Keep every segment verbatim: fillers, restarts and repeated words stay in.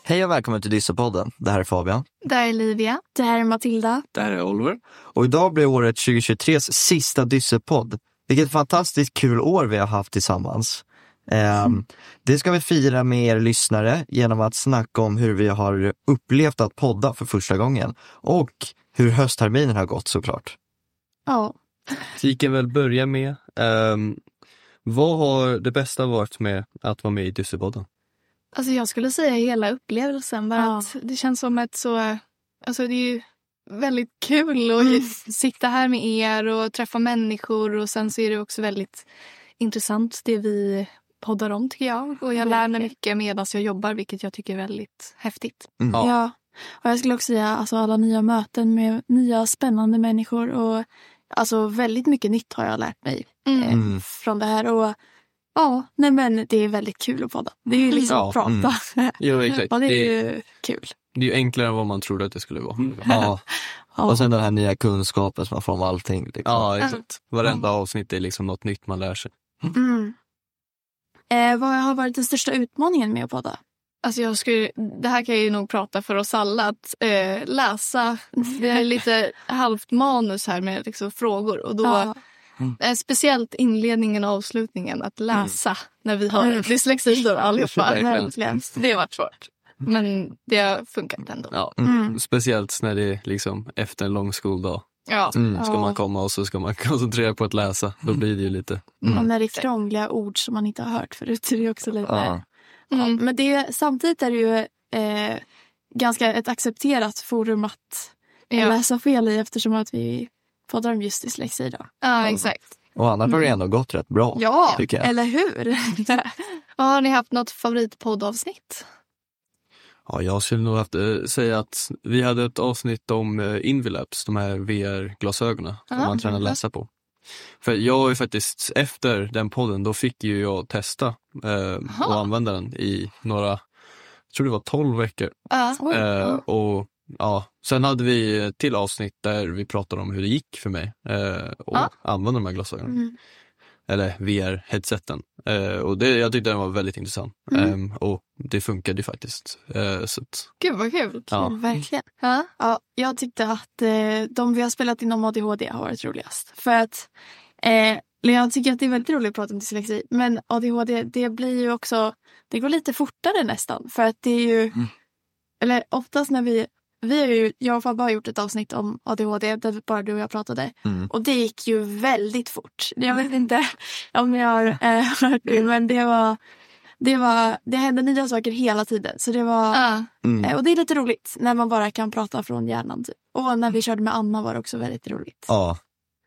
Hej och välkommen till Dyssepodden. Det här är Fabian. Det här är Livia. Det här är Matilda. Det här är Oliver. Och idag blir året tjugohundratjugotres sista Dyssepodd. Vilket fantastiskt kul år vi har haft tillsammans. Um, det ska vi fira med er lyssnare genom att snacka om hur vi har upplevt att podda för första gången. Och hur höstterminen har gått såklart. Ja. Vi kan väl börja med, um, vad har det bästa varit med att vara med i Dyssepodden? Alltså jag skulle säga hela upplevelsen. Bara Ja. att det känns som ett så... Alltså det är ju väldigt kul att mm. sitta här med er och träffa människor. Och sen så är det också väldigt intressant det vi poddar om tycker jag. Och jag lär mig mycket medan jag jobbar, vilket jag tycker är väldigt häftigt. Mm. Ja. ja, och jag skulle också säga alltså alla nya möten med nya spännande människor. Och alltså väldigt mycket nytt har jag lärt mig mm. eh, från det här. Och ja, nej men det är väldigt kul att podda. Det är ju liksom ja, att prata. Mm. Jo, exakt. Ja, det är det, ju kul. Det är ju enklare än vad man trodde att det skulle vara. Ja. Ja. Och sen den här nya kunskapen som man får om allting. Liksom. Ja, exakt. Varenda avsnitt är liksom något nytt man lär sig. Mm. Eh, vad har varit den största utmaningen med att podda? Alltså jag skulle, det här kan jag ju nog prata för oss alla. Att eh, läsa, det är lite halvt manus här med liksom frågor. Och då, ja. mm. eh, speciellt inledningen och avslutningen, att läsa mm. när vi har dyslexi då allihopa. Det har varit svårt. Men det har funkat ändå. Ja, mm. Speciellt när det är liksom efter en lång skoldag. Ja. Mm. Ska man komma och så ska man koncentrera på att läsa. Då blir det ju lite... Mm. Och när det är krångliga ord som man inte har hört förut är det också lite... Ja. Mm. Men det, samtidigt är det ju eh, ganska ett accepterat forum att ja. läsa fel i eftersom att vi poddar om just dyslexi då. Ja, exakt. Och annars har det ändå gått rätt bra. Ja, tycker jag. Eller hur? Har ni haft något favoritpoddavsnitt? Ja, jag skulle nog haft, äh, säga att vi hade ett avsnitt om äh, Invilabs, de här V R-glasögonen som man tränar läsa på. För jag har ju faktiskt, efter den podden, då fick ju jag testa äh, och använda den i några, jag tror det var tolv veckor. Uh, äh, och ja, sen hade vi till avsnitt där vi pratade om hur det gick för mig äh, och uh. använda de här glasögonen. Mm. Eller V R-headseten. Uh, och det, jag tyckte den var väldigt intressant. Mm. Um, och det funkade ju faktiskt. Uh, så att, Gud vad kul. Ja. Kul, verkligen. Uh. Ja, jag tyckte att eh, de vi har spelat inom A D H D har varit roligast. För att eh, jag tycker att det är väldigt roligt att prata om dyslexi. Men A D H D, det blir ju också, det går lite fortare nästan. För att det är ju, mm. eller oftast när vi Vi har ju, jag och Fabbe har gjort ett avsnitt om A D H D där bara du och jag pratade. Mm. Och det gick ju väldigt fort. Jag vet inte om jag har äh, hört det, men det var, det var, det hände nya saker hela tiden. Så det var, uh. mm. äh, och det är lite roligt när man bara kan prata från hjärnan typ. Och när vi körde med Anna var det också väldigt roligt. Ja.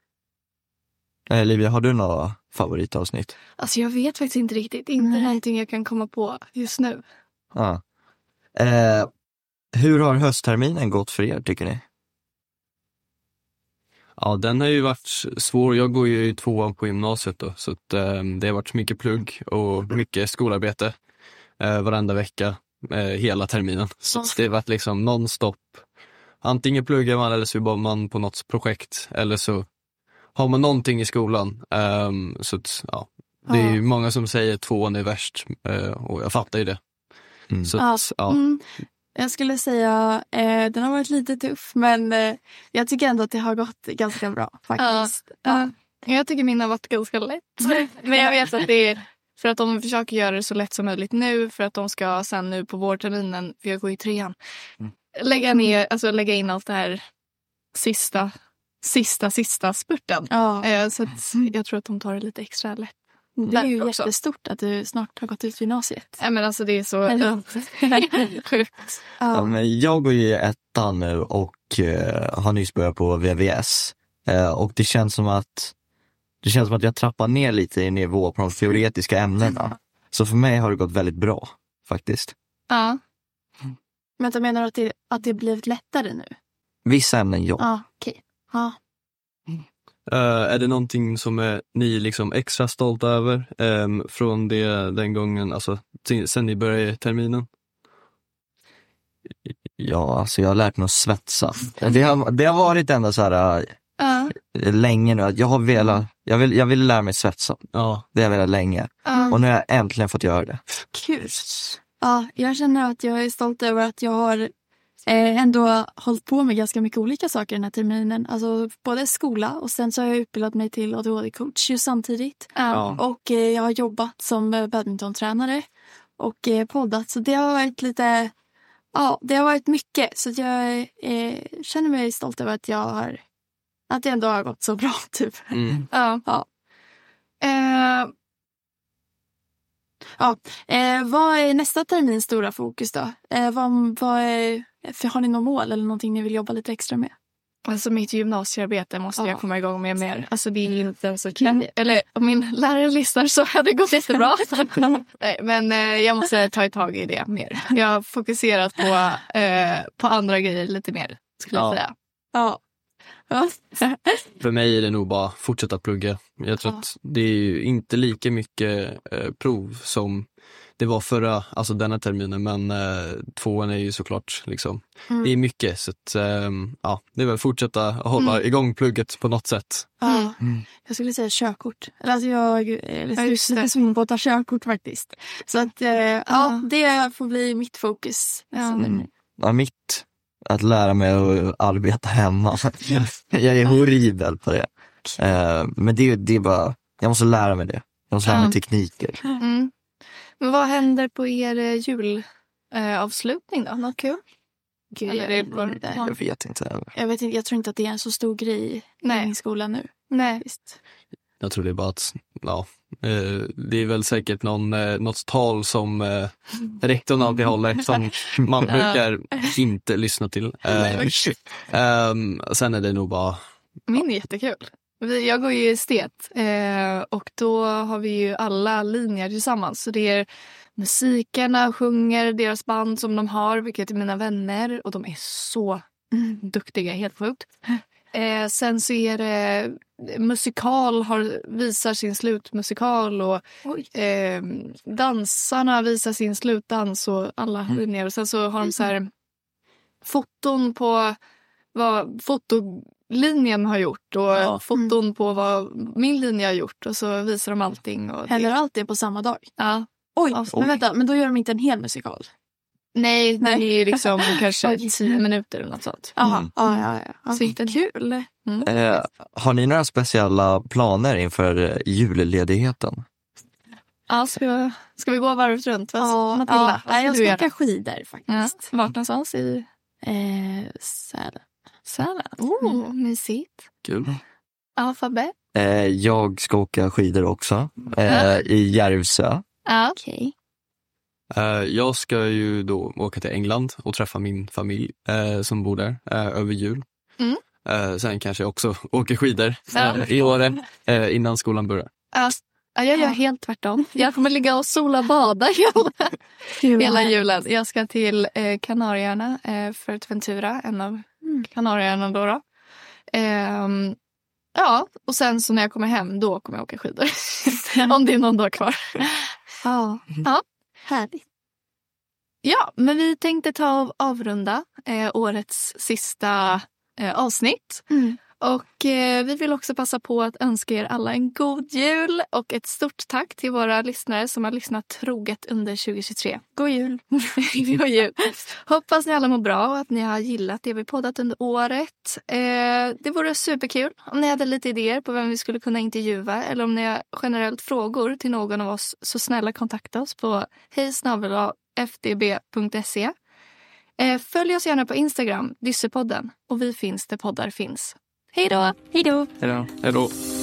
Eh, Livia, har du några favoritavsnitt? Alltså jag vet faktiskt inte riktigt. Inte mm. någonting jag kan komma på just nu. Ja. Eh, Hur har höstterminen gått för er, tycker ni? Ja, den har ju varit svår. Jag går ju i tvåan på gymnasiet då, så att, eh, det har varit mycket plugg och mycket skolarbete eh, varenda vecka, eh, hela terminen. Så det har varit liksom non-stop. Antingen pluggar man eller så jobbar man på något projekt eller så har man någonting i skolan. Eh, så att, ja, det är ju många som säger tvåan är värst eh, och jag fattar ju det. Mm. Så att, ja. Mm. Jag skulle säga eh, den har varit lite tuff, men eh, jag tycker ändå att det har gått ganska bra faktiskt. Ja. Ja. Jag tycker min har varit ganska lätt. Men jag vet att det är för att de försöker göra det så lätt som möjligt nu, för att de ska sen nu på vårterminen, för jag går i trean, mm. lägga ner, alltså lägga in allt det här sista, sista, sista spurten. Ja. Eh, så att jag tror att de tar det lite extra lätt. Det är ju också jättestort att du snart har gått ut gymnasiet. Ja, men alltså det är så sjukt. Ja. Ja, men jag går ju i ettan nu och uh, har nyss börjat på V V S. Uh, och det känns som att det känns som att jag trappar ner lite i nivå på de teoretiska ämnena. Så för mig har det gått väldigt bra, faktiskt. Ja. Men jag menar att det, att det blivit lättare nu? Vissa ämnen, ja. Ja, okej. Okay. Ja. Uh, är det någonting som är ni liksom extra stolta över um, från det, den gången, alltså t- sen ni började terminen? Ja, alltså jag har lärt mig att svetsa. Det har, det har varit ändå så här uh. länge nu. Jag har velat, jag vill, jag vill lära mig svetsa. Ja. Det har jag velat länge. Uh. Och nu har jag äntligen fått göra det. Kul. Ja, jag känner att jag är stolt över att jag har eh, ändå hållit på med ganska mycket olika saker den här terminen. Alltså både skola och sen så har jag utbildat mig till A D H D-coach ju samtidigt. Ja. Och eh, jag har jobbat som eh, badmintontränare och eh, poddat. Så det har varit lite, ja det har varit mycket. Så jag eh, känner mig stolt över att jag har, att det ändå har gått så bra typ. Mm. Ja. Ja. Eh, Ja, eh, vad är nästa termins stora fokus då? Eh, vad, vad är, för har ni något mål eller någonting ni vill jobba lite extra med? Alltså mitt gymnasiearbete måste Ja. jag komma igång med mer. Alltså det är ju inte ens okej. Eller om min lärare lyssnar så hade det gått jättebra. Nej, men eh, jag måste ta tag i det mer. Jag har fokuserat på, eh, på andra grejer lite mer, skulle Ja. jag säga. Ja. Ja. För mig är det nog bara fortsätta plugga. Jag tror Ja. att det är ju inte lika mycket eh, prov som det var förra, alltså denna terminen, men eh, tvåan är ju såklart liksom, Mm. det är mycket så att, eh, ja, det är väl fortsätta hålla Mm. igång plugget på något sätt. Ja. Mm. Jag skulle säga körkort. Eller alltså jag är Ja, just lite det. svårt på att ta körkort faktiskt. Så att eh, ja, det får bli mitt fokus. Ja. Så, Mm. Ja, mitt, att lära mig att arbeta hemma. Jag är horribel på det. Eh, men det, det är bara, jag måste lära mig det. Jag måste lära mig Ja. tekniker. Mm. Men vad händer på er eh, julavslutning då? Något kul? Gud, Eller jag, är vet det inte. Jag vet inte. jag vet inte. Jag tror inte att det är en så stor grej i Nej. min skola nu. Nej. Visst. Jag tror det är bara att, ja, eh, det är väl säkert någon, eh, något tal som eh, rektorn alltid håller som man Ja. brukar inte lyssna till. Eh, ehm, sen är det nog bara, Min är jättekul. Vi- Jag går ju estet eh, och då har vi ju alla linjer tillsammans. Så det är musikerna sjunger deras band som de har, vilket är mina vänner. Och de är så Mm. duktiga, helt sjukt. Eh, sen så är det musikal, har, visar sin slutmusikal och Oj. eh, dansarna visar sin slutdans och alla Mm. linjer. Och sen så har de så här foton på vad fotolinjen har gjort och Ja. foton på vad min linje har gjort och så visar de allting. Och Händer det, allt det på samma dag? ja. Oj, Ja, men vänta, men då gör de inte en hel musikal? Nej, det Nej. är liksom kanske Oj. tio minuter eller något sånt. Jaha, Mm. ja, ja, ja. Så inte Kul. Mm. Eh, har ni några speciella planer inför eh, julledigheten? Ja, ska, vi, ska vi gå varvet runt? Vad, Ja, Matilda, ja. vad Nej, jag ska du ska göra? åka skidor Ja. faktiskt. Vart någonstans i Eh, Sälen. Sälen? Oh, mysigt. kul. Alfabet? Eh, jag ska åka skidor också. Eh, I Järvsö. Ja. Okej. Eh, jag ska ju då åka till England och träffa min familj eh, som bor där eh, över jul. Mm. Eh, sen kanske jag också åker skidor Ja. eh, i Åre eh, innan skolan börjar. Ja. Ja, jag gör Ja. helt tvärtom. Jag kommer ligga och sola bada hela, hela julen. Jag ska till eh, Kanarieöarna, eh, Fuerteventura, en av Mm. Kanarieöarna då. då. Ehm, ja, och sen så när jag kommer hem, då kommer jag åka skidor. Om det är någon dag kvar. Ja. Ja. Härligt. Ja, men vi tänkte ta och avrunda eh, årets sista eh, avsnitt. Mm. Och eh, vi vill också passa på att önska er alla en god jul och ett stort tack till våra lyssnare som har lyssnat troget under tjugohundratjugotre. God jul. God jul! Hoppas ni alla mår bra och att ni har gillat det vi poddat under året. Eh, det vore superkul om ni hade lite idéer på vem vi skulle kunna intervjua eller om ni har generellt frågor till någon av oss, så snälla kontakta oss på hej snabel-a f d b punkt se. Eh, följ oss gärna på Instagram, Dyssepodden, och vi finns där poddar finns. Hej då! Hej då. Hej då. Hej då!